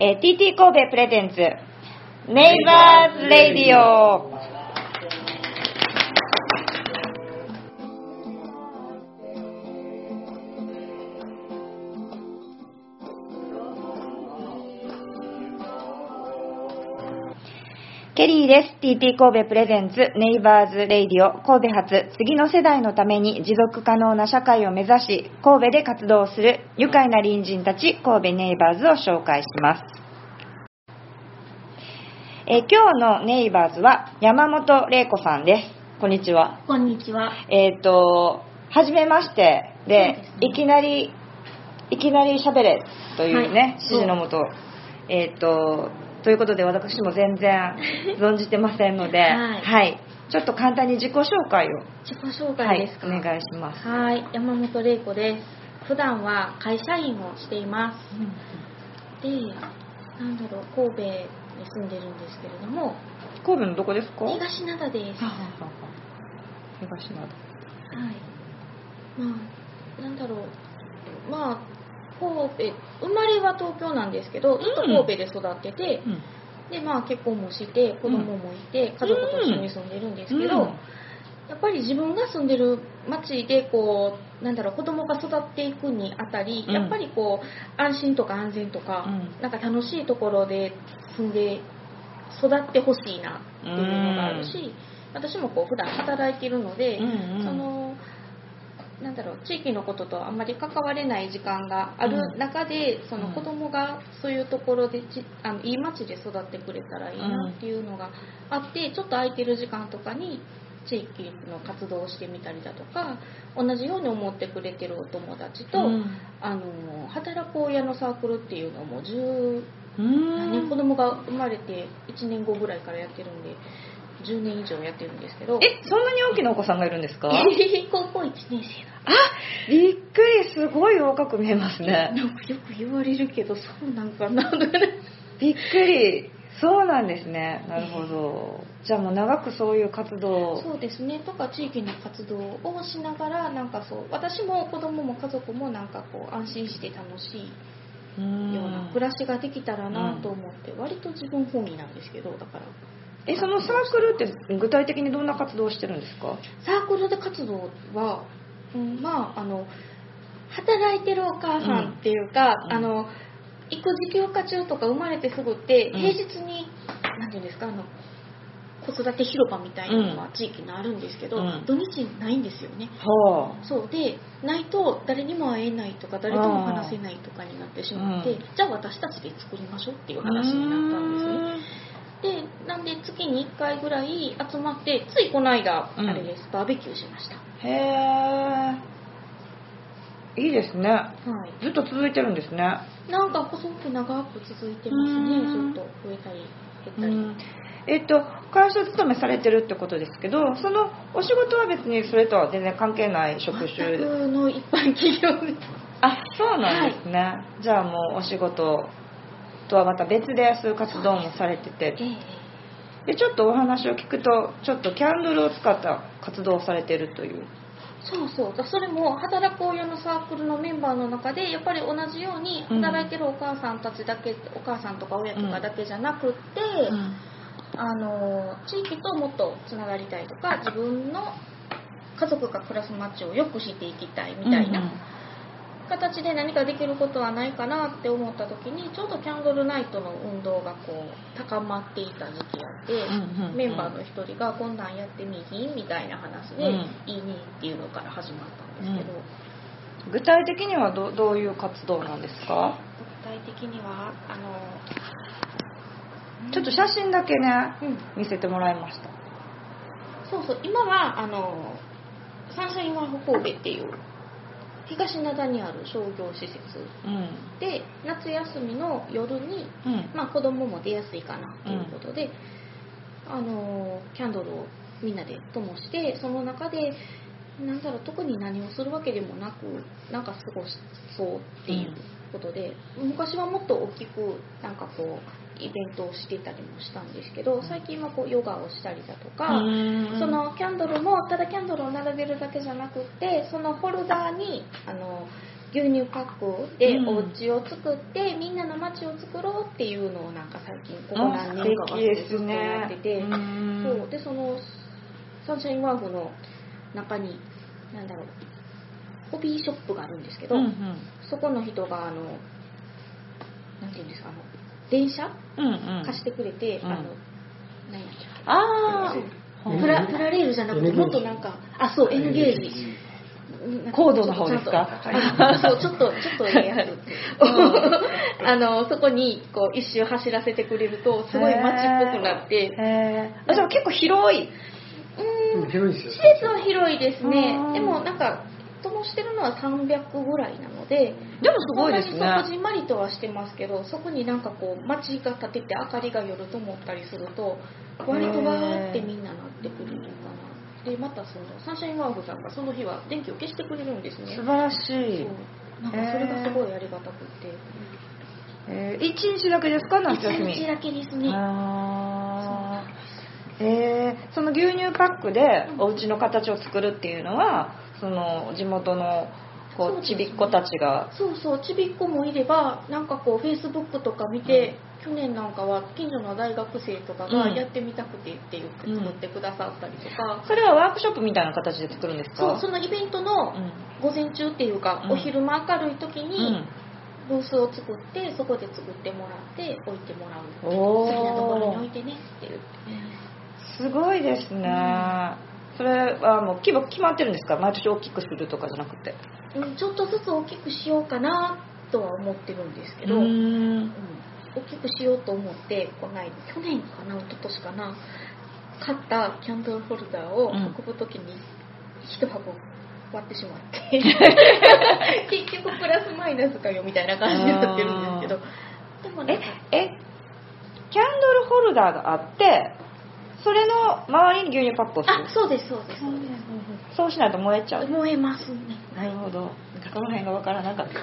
TT 神戸プレゼンツネイバーズレディオ。ケリーです。 TT 神戸プレゼンツネイバーズレディオ。神戸発次の世代のために持続可能な社会を目指し、神戸で活動する愉快な隣人たち神戸ネイバーズを紹介します。今日のネイバーズは山本玲子さんです。こんにちは。 こんにちは。 はじめましてで、 ね、 いきなり喋れというね、はい、指示のもと、ということで私も全然存じてませんので、はいはい、ちょっと簡単に自己紹介を。 自己紹介ですか。 はい、お願いします。 はい、山本玲子です。普段は会社員をしています。で、神戸に住んでるんですけれども。 神戸のどこですか？ 東灘です。 東灘。はい。 神戸、生まれは東京なんですけど、ずっと神戸で育ってて、で結婚もして子供もいて、家族と一緒に住んでるんですけど、やっぱり自分が住んでる町で子供が育っていくにあたり、やっぱり安心とか安全とか、楽しいところで住んで育ってほしいなっていうのがあるし、私も普段働いてるので、地域のこととあんまり関われない時間がある中で、その子供がそういうところでいい町で育ってくれたらいいなっていうのがあって、ちょっと空いてる時間とかに地域の活動をしてみたりだとか、同じように思ってくれてるお友達と、働く親のサークルっていうのも子供が生まれて1年後ぐらいからやってるんで10年以上やってるんですけど。 そんなに大きなお子さんがいるんですか？ 高校1年生。 びっくり、すごい若く見えますね。 よく言われるけど、そうなんかな。 びっくり。そうなんですね。なるほど。じゃあもう長くそういう活動。 そうですね。とか地域の活動をしながら、私も子供も家族も安心して楽しいような暮らしができたらなと思って、割と自分本位なんですけど、だから。 そのサークルって具体的にどんな活動をしてるんですか？ サークルで活動は、働いてるお母さんっていうか、育児休暇中とか生まれてすぐって平日に、なんていうんですか、子育て広場みたいなのは地域にあるんですけど、土日ないんですよね。そうでないと誰にも会えないとか誰とも話せないとかになってしまって、じゃあ私たちで作りましょうっていう話になったんですね。でなんで月に1回ぐらい集まって、ついこの間、あれです、バーベキューしました。 へー、いいですね、 はい、 ずっと続いてるんですね。 細く長く続いてますね。ちょっと増えたり減ったり。 会社勤めされてるってことですけど、そのお仕事は別にそれとは全然関係ない職種。 全くの一般企業です。 そうなんですね、はい、じゃあもうお仕事とはまた別でそういう活動もされてて、でちょっとお話を聞くと、ちょっとキャンドルを使った活動をされてるという。 それも働く親のサークルのメンバーの中で、やっぱり同じように働いてるお母さんたちだけ、お母さんとか親とかだけじゃなくって、地域ともっとつながりたいとか、自分の家族が暮らす街を良くしていきたいみたいな形で何かできることはないかなって思った時に、ちょうどキャンドルナイトの運動が高まっていた時期があって、メンバーの一人がこんなんやってみひんみたいな話で、いいねっていうのから始まったんですけど、 具体的には どういう活動なんですか？ 具体的にはちょっと写真だけね、見せてもらいました。 今はサンシャインワーフ神戸っていう東灘にある商業施設で、夏休みの夜に、子供も出やすいかなということで、キャンドルをみんなで灯して、その中で特に何をするわけでもなく過ごしそうっていうことで、昔はもっと大きくイベントをしてたりもしたんですけど、最近はヨガをしたりだとか、そのキャンドルもただキャンドルを並べるだけじゃなくって、そのホルダーに牛乳パックでお家を作って、みんなの街を作ろうっていうのをなんか最近ここ何年かはずっとやってて、そうでそのサンシャインワーフの中になんだろうホビーショップがあるんですけど、そこの人がなんていうんですか電車、貸してくれて、何やっけプラレールじゃなくてもっとなんかそう N ゲージ高度の方ですか？ そうちょっとやるそこにこう一周走らせてくれるとすごい街っぽくなって、 じゃあ結構広い。 広いですよ。施設は広いですね。でもなんか灯してるのは300ぐらいなので、 でもすごいですね。 こじんまりとはしてますけど、そこになんかこう街が立てて明かりが夜と思ったりすると割とわーってみんななってくるのかな。でまたそのサンシャインワーフさんがその日は電気を消してくれるんですね。 素晴らしい。 なんかそれがすごいありがたくて。 1日だけですか？夏休み。 1日だけですね。 その牛乳パックでお家の形を作るっていうのは、その地元のこうちびっ子たちが、 そうちびっ子もいれば、なんかこうフェイスブックとか見て、去年なんかは近所の大学生とかがやってみたくてって言って作ってくださったりとか、 それはワークショップみたいな形で作るんですか？ そのイベントの午前中っていうか、お昼間明るい時にブースを作って、そこで作ってもらって置いてもらう。好きなところに置いてねって言って。 すごいですね。それはもう規模決まってるんですか？毎年大きくするとかじゃなくて。 ちょっとずつ大きくしようかなとは思ってるんですけど、大きくしようと思って去年かな一昨年かな買ったキャンドルホルダーを運ぶ時に一箱割ってしまって結局プラスマイナスかよみたいな感じになってるんですけど、でもねキャンドルホルダーがあってそれの周りに牛乳パックをする。 そうです。 そうしないと燃えちゃう。 燃えますね。 なるほど。この辺が分からなかった。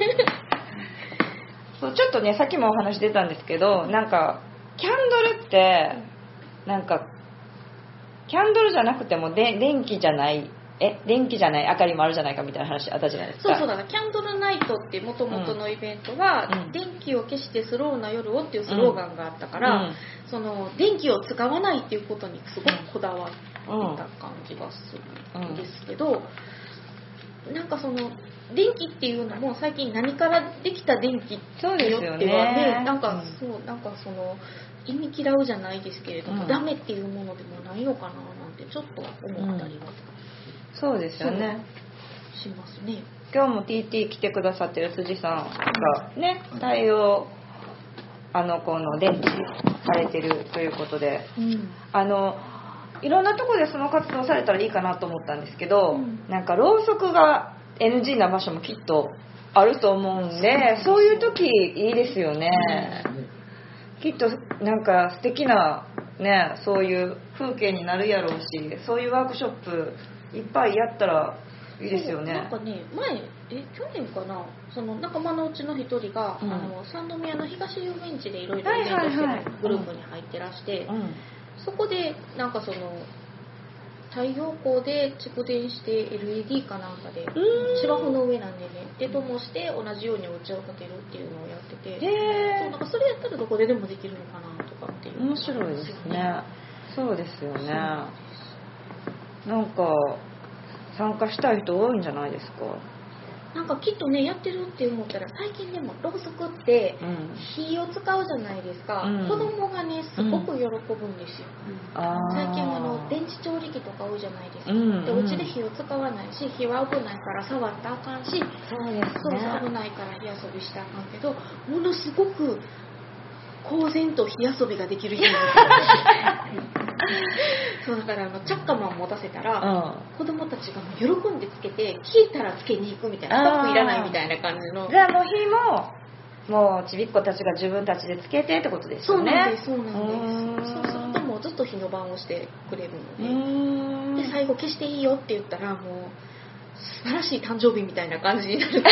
そうちょっとねさっきもお話出たんですけど、なんかキャンドルってなんかキャンドルじゃなくても電気じゃない明かりもあるじゃないかみたいな話あったじゃないですか。 そうだからキャンドルナイトってもともとのイベントは、電気を消してスローな夜をっていうスローガンがあったから、その電気を使わないっていうことにすごくこだわってた感じがするんですけど、なんかその電気っていうのも最近何からできた電気ってよってはね、なんかその意味嫌うじゃないですけれども、ダメっていうものでもないのかななんてちょっと思ったりは。 そうですよね。 しますね。 今日も TT 来てくださってる辻さんがね、太陽この電池されてるということで、いろんなところでその活動されたらいいかなと思ったんですけど、なんかろうそくが NG な場所もきっとあると思うんで、そういう時いいですよね。きっとなんか素敵なね、そういう風景になるやろうし、そういうワークショップいっぱいやったらいいですよね。 なんかね、去年かな、その仲間のうちの一人が、三宮の東遊園地でいろいろイベントしてるグループに入ってらして、そこでなんかその太陽光で蓄電して LED かなんかで芝生の上なんでね、で灯して同じようにお家をかけるっていうのをやってて、なんかそれやったらどこででもできるのかなとかっていう。 面白いですね。そうですよね。なんか参加したい人多いんじゃないですか。 なんかきっとねやってるって思ったら、最近でもろうそくって火を使うじゃないですか、子供がねすごく喜ぶんですよ、最近電池調理器とか多いじゃないですか、でお家で火を使わないし、火は危ないから触ったらあかんし、 そうですね、 危ないから火遊びしたらあかんけど、ものすごく公然と火遊びができる日になってそうだからチャッカマン持たせたら、子供たちが喜んでつけて、消えたらつけに行くみたいな、スタッフいらないみたいな感じの。 じゃあもう火もうちびっ子たちが自分たちでつけてってことですよね。 そうなんです。そうするともうずっと火の番をしてくれるので、で最後消していいよって言ったら、もう素晴らしい誕生日みたいな感じになる。そう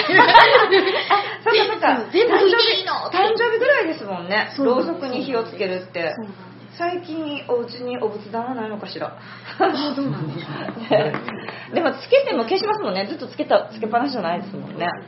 か全部いいの。 誕生日ぐらいですもんね。ろうそくに火をつけるって。 そうなんです。 最近お家にお仏壇はないのかしら。 どうなんでしょう。 でもつけても消しますもんね。ずっとつけっぱなしじゃないですもんね。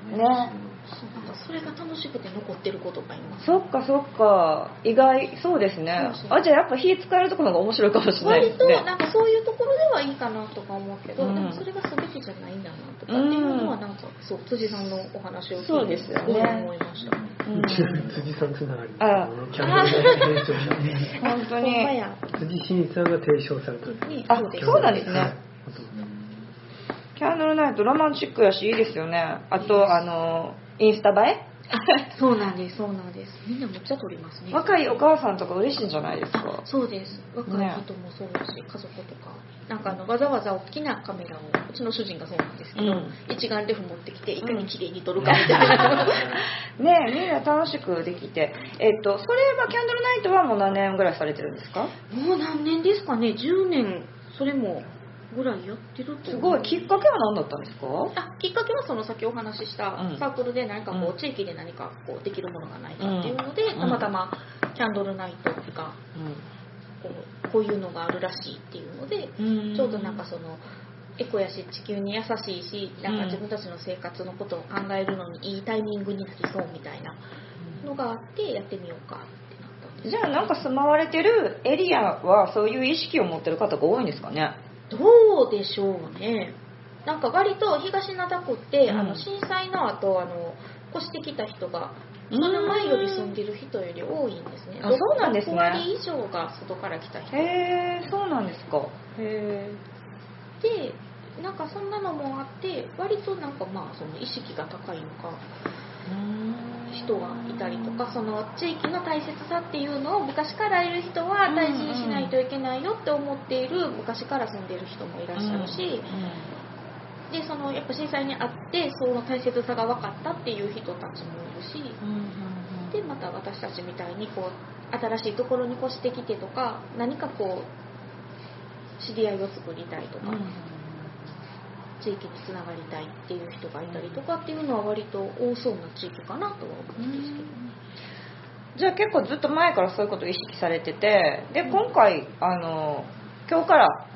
ね。 それが楽しくて残ってる子とかいます。 そっかそっか、意外。そうですね。あ、じゃあやっぱ火使えるところが面白いかもしれないですね。 割となんかそういうところではいいかなとか思うけど、でもそれが全てじゃないんだなとかっていうのはなんかそう辻さんのお話を聞いてすごい思いました。 辻さんつながり。キャンドルナイト提唱者。 本当に。 辻真一さんが提唱された。 あ、そうなんですね。キャンドルナイトロマンチックやしいいですよね。あとインスタ映え？ そうなんです、そうなんです。みんなめっちゃ撮りますね。 若いお母さんとか嬉しいんじゃないですか。 そうです。若い人もそうだし、家族とか。なんかわざわざ大きなカメラを、うちの主人がそうなんですけど、一眼レフ持ってきて、いかに綺麗に撮るかみたいな。 ねえ、みんな楽しくできて。それはキャンドルナイトはもう何年ぐらいされてるんですか？ もう何年ですかね、10年、それも。ぐらいやってると。 すごい。きっかけは何だったんですか？ きっかけはその先お話ししたサークルで何かこう地域で何かこうできるものがないかっていうので、たまたまキャンドルナイトがこういうのがあるらしいっていうので、ちょうどなんかそのエコやし地球に優しいし、なんか自分たちの生活のことを考えるのにいいタイミングになりそうみたいなのがあってやってみようかってなったんです。 じゃあなんか住まわれてるエリアはそういう意識を持ってる方が多いんですかね？ どうでしょうね。なんか割と東灘区って、震災の後越してきた人がその前より住んでる人より多いんですね。 そうなんですね。 6割以上が外から来た人。 へー、そうなんですか。へー。で、なんかそんなのもあって割となんかまあその意識が高いのか。人がいたりとか、その地域の大切さっていうのを昔からいる人は大事にしないといけないよって思っている昔から住んでいる人もいらっしゃるし、でそのやっぱ震災にあってその大切さが分かったっていう人たちもいるし、でまた私たちみたいにこう新しいところに越してきてとか何かこう知り合いを作りたいとか。地域につながりたいっていう人がいたりとかっていうのは割と多そうな地域かなとは思うんですけど、 じゃあ結構ずっと前からそういうことを意識されてて、で今回今日から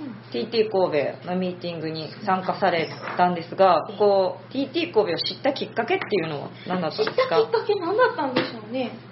TT 神戸のミーティングに参加されたんですが、こう TT 神戸を知ったきっかけっていうのは何だったんですか？ 知ったきっかけ何だったんでしょうね。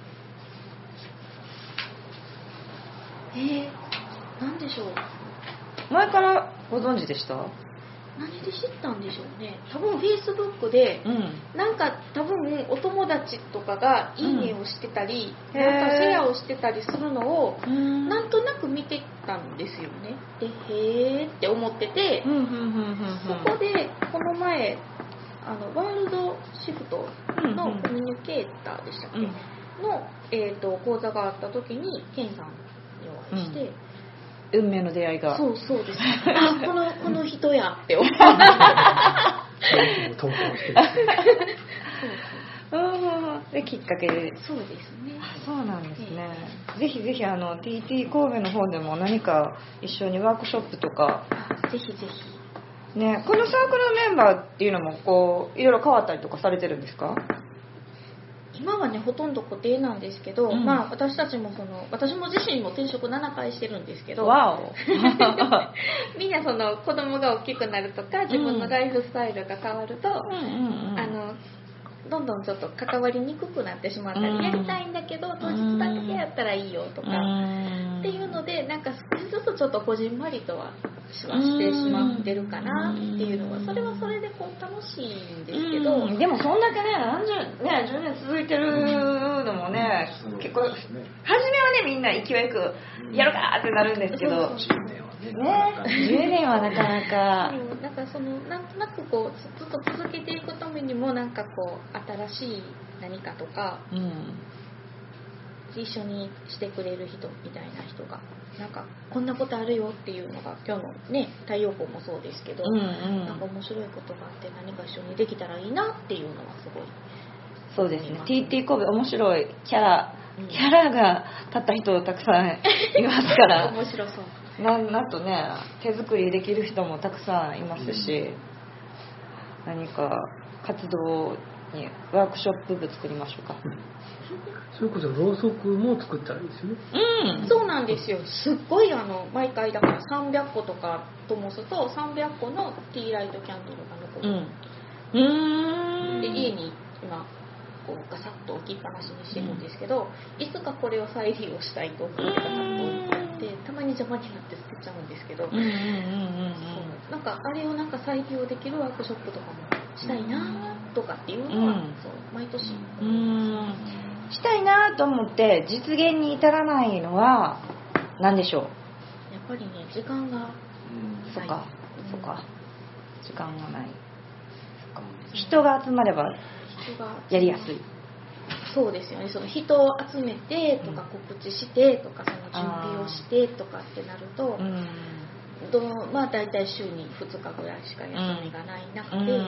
何でしょう。 前からご存知でした？ 何で知ったんでしょうね。多分 Facebook で、なんか多分お友達とかがいいねをしてたり、なんかシェアをしてたりするのをなんとなく見てたんですよね。でへーって思ってて、そこでこの前ワールドシフトのコミュニケーターでしたっけ、の、講座があった時にケンさんにお会いして、 運命の出会いが。 そうです。この人やって思って。 投稿してできっかけで。 そうですね。 そうなんですね。ぜひぜひTT 神戸の方でも何か一緒にワークショップとか。 ぜひぜひ。ね、このサークルのメンバーっていうのもこういろいろ変わったりとかされてるんですか？ 今はねほとんど固定なんですけど、まあ私たちも私も自身も転職7回してるんですけど、 わおみんなその子供が大きくなるとか自分のライフスタイルが変わると、どんどんちょっと関わりにくくなってしまったり、やりたいんだけど当日だけやったらいいよとかっていうので、なんか少しずつちょっとこじんまりとはしてしまってるかなっていうのは、それはそれでこう楽しいんですけど、 でもそんだけね10年続いてるのもね、結構初めはねみんな勢いよくやるかってなるんですけど、10年はなかなかなんかなんとなくこうずっと続けていくためにもなんかこう新しい何かとか、一緒にしてくれる人みたいな人がなんかこんなことあるよっていうのが今日のね太陽光もそうですけど、なんか面白いことがあって何か一緒にできたらいいなっていうのはすごい。 そうですね。TT 神戸面白いキャラが立った人たくさんいますから面白そう。 なんとね手作りできる人もたくさんいますし、何か活動にワークショップ部作りましょうか。 それこそろうそくも作ったらいいですよね。 そうなんですよ。すっごい毎回だから300個とか灯すと300個のティーライトキャンドルが残る。 で家に今こうガサッと置きっぱなしにしてるんですけど、いつかこれを再利用したいと思ってガサッと置いてあってたまに邪魔になって捨てちゃうんですけど、そうなんかあれをなんか再利用できるワークショップとかもしたいなとかっていうのは、そう毎年したいなと思って実現に至らないのは何でしょう。 やっぱりね時間がそっか時間がない。人が集まればやりやすい。 そうですよね。その人を集めてとか告知してとかその準備をしてとかってなると、まあ大体週に2日ぐらいしか休みがない中で、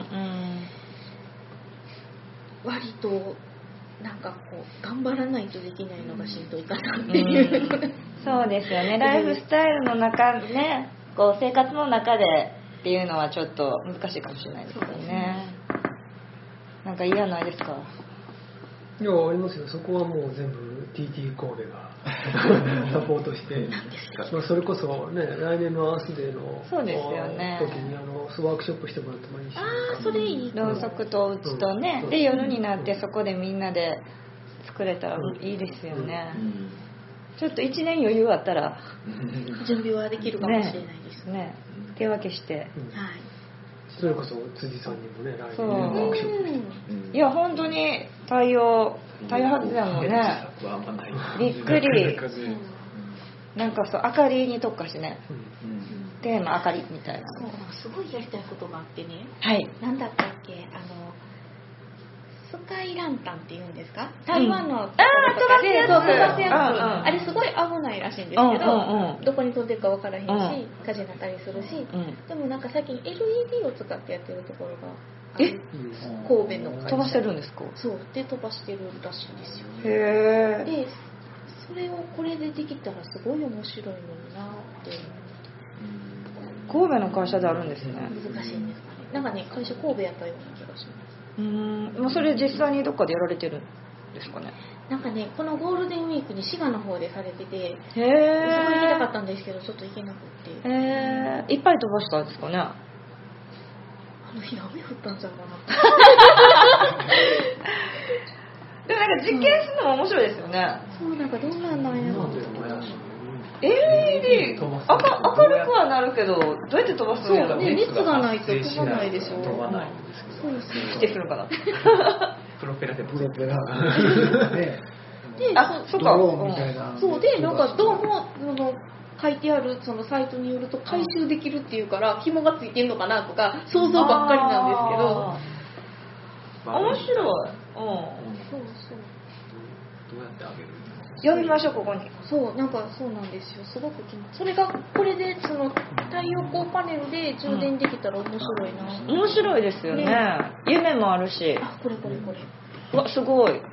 割となんかこう頑張らないとできないのがしんどいかなっていう、 そうですよね。ライフスタイルの中でね、こう生活の中でっていうのはちょっと難しいかもしれないですよね。なんか嫌ないですか？ いやありますよ。そこはもう全部 TT 神戸がサポートしてまあそれこそね来年のアースデーのそうですよね時にワークショップしてもらってもいいし、 それいい。 ろうそくとうちとね、で夜になってそこでみんなで作れたらいいですよね。ちょっと1年余裕あったら準備はできるかもしれないですね。手分けして、はい。 それこそ辻さんにもね来年ワークショップして、 いや本当に対応発電もねびっくり。なんかそう明かりに特化してね、テーマ明かりみたいな。 すごいやりたいことがあってね、 はい、 なんだったっけ、スカイランタンっていうんですか、台湾のとかで飛ばすやつ、あれすごい危ないらしいんですけど、どこに飛んでるか分からへんし、火事になったりするし、でもなんか最近 LED を使ってやってるところが神戸の会社飛ばしてるんですか？ そうで飛ばしてるらしいんですよ。 へー。 でそれをこれでできたらすごい面白いのになって。 神戸の会社であるんですね。 難しいんですかね。なんかね会社神戸やったような気がします。 もうそれ実際にどっかでやられてるんですかね。 なんかねこのゴールデンウィークに滋賀の方でされてて、すごいへー、 行きたかったんですけどちょっと行けなくて。 いっぱい飛ばしたんですかね。 あの日雨降ったんちゃうかなでもなんか実験するのも面白いですよね。 そうなんかどんなんなんやろ。 LED 明るくはなるけどどうやって飛ばすのやろ。 ね、熱がないと飛ばないでしょ。 飛ばないんですけど。 否定するのかな。 プロペラでも。 プロペラで、 そうか。 そうでなんかどうも書いてあるそのサイトによると回収できるっていうから紐がついてるのかなとか想像ばっかりなんですけど。 面白い。 そうそう。 どうやってあげる？ 読みましょうここに。 そうなんかそうなんですよ。すごくそれがこれでその太陽光パネルで充電できたら面白いな。 面白いですよね。夢もあるし。 これ。 うわすごい。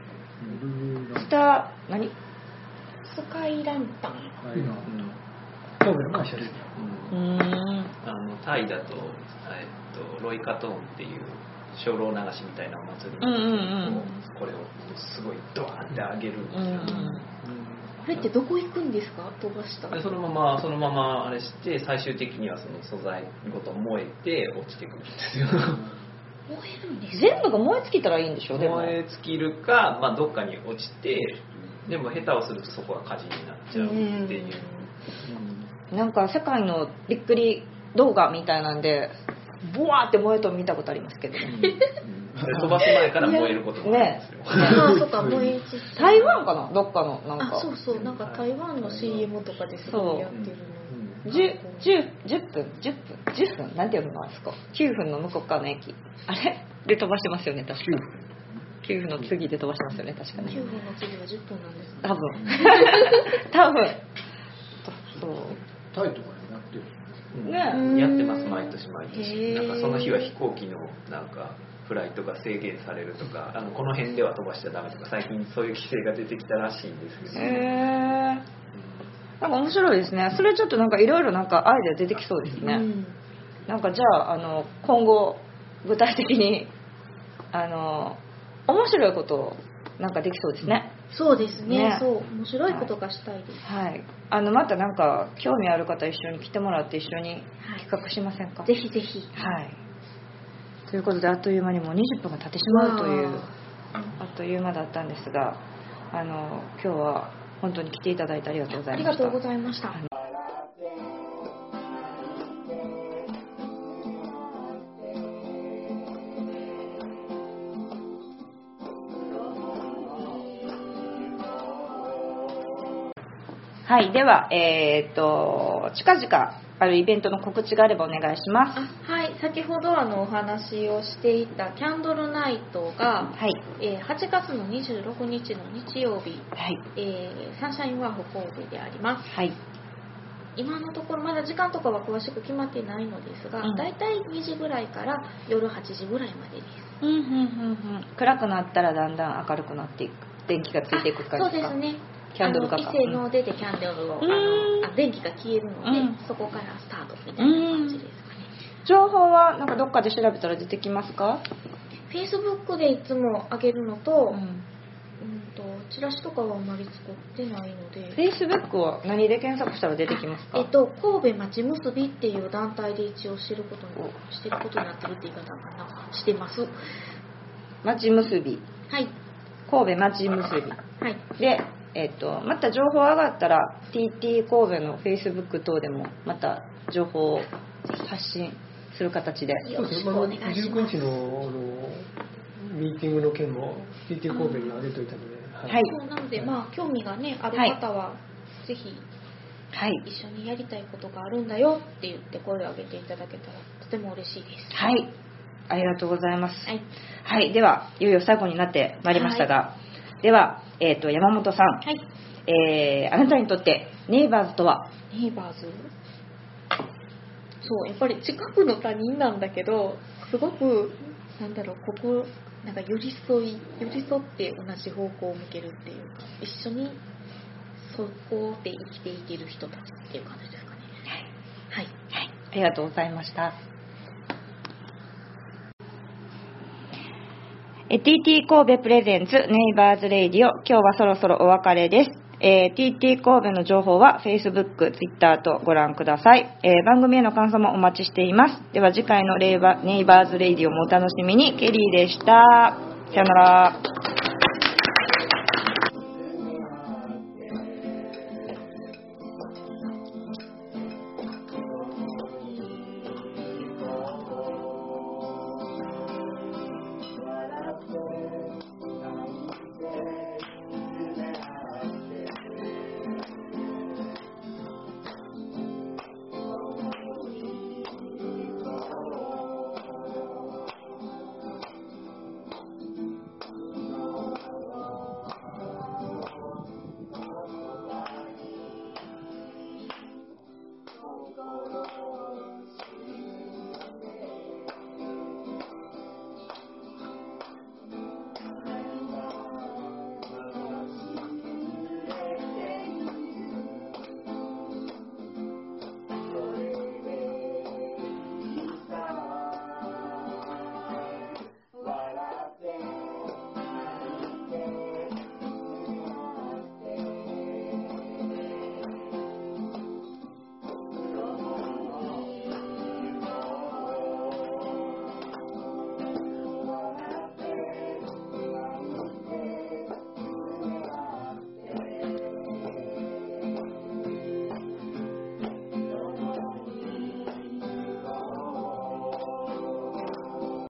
何？ スカイランタン。 神戸の会社です。 タイだとロイカトーンっていう精霊流しみたいなお祭りこれをすごいドワーンって上げるんですよ。 これってどこ行くんですか？飛ばしたら。 そのままあれして最終的にはその素材ごと燃えて落ちてくるんですよ。 燃えるんですか？ 全部が燃え尽きたらいいんでしょ。 燃え尽きるか、どっかに落ちて、でも下手をするとそこは火事になっちゃうっていう。 なんか世界のびっくり動画みたいなんでボワーって燃えると見たことありますけど、 飛ばす前から燃えることもあるんですよ。 そうか燃え台湾かなどっかのなんか。 そうなんか台湾の CM とかですごいやってるの。 10分なんていうのなんですか。9分の向こう側の駅あれで飛ばしてますよね確か。9分の次で飛ばしてますよね確かに。 9分の次は10分なんです。 多分そうタイとかになってる。 やってます毎年。なんかその日は飛行機のなんかフライトが制限されるとか、この辺では飛ばしちゃダメとか最近そういう規制が出てきたらしいんですけど。 なんか面白いですね。それちょっとなんかいろいろなんかアイデア出てきそうですね。なんかじゃあ今後具体的に面白いことをなんかできそうですね。 そうですね。そう面白いことがしたいです。 はい。またなんか興味ある方一緒に来てもらって一緒に企画しませんか？ ぜひぜひ。 はい。 ということであっという間にもう20分が経ってしまうというあっという間だったんですが、今日は本当に来ていただいてありがとうございました。 ありがとうございました。 はい、では、近々あるイベントの告知があればお願いします。 はい、先ほどお話をしていたキャンドルナイトが、 はい、 8月の26日の日曜日、 はい、 サンシャインワーフ神戸であります。 はい、 今のところまだ時間とかは詳しく決まっていないのですが、だいたい2時ぐらいから夜8時ぐらいまでです。 暗くなったらだんだん明るくなっていく、電気がついていく感じですか？ そうですね。 キャンドルが一斉の出てキャンドルを電気が消えるので、そこからスタートみたいな感じですかね。 情報はなんかどっかで調べたら出てきますか ？Facebook でいつも上げるのと、チラシとかはあまり作ってないので。 Facebook は何で検索したら出てきますか？ 神戸まちむすびっていう団体で一応してることになってるって言い方かな、してます。 まちむすび。 はい。 神戸まちむすび。 はい。 で。また情報上がったら TT 神戸の Facebook 等でもまた情報を発信する形でよろしくお願いします。 19日のミーティングの件も TT 神戸に上げといたので、 はい、そうなので、興味がねある方はぜひ一緒にやりたいことがあるんだよって言って声を上げていただけたらとても嬉しいです。 はい、ありがとうございます。 はい、 はい、ではいよいよ最後になってまいりましたが、では、山本さん、 はい、 あなたにとってネイバーズとは？ ネイバーズ、そうやっぱり近くの他人なんだけど、すごくここなんか寄り添って同じ方向を向けるっていうか、一緒にそこで生きていける人たちっていう感じですかね。はい、 はい、ありがとうございました。TT 神戸プレゼンツネイバーズレイディオ、今日はそろそろお別れです。TT 神戸の情報は Facebook、Twitter とご覧ください。番組への感想もお待ちしています。では次回のネイバーズレイディオもお楽しみに。ケリーでした。さよなら。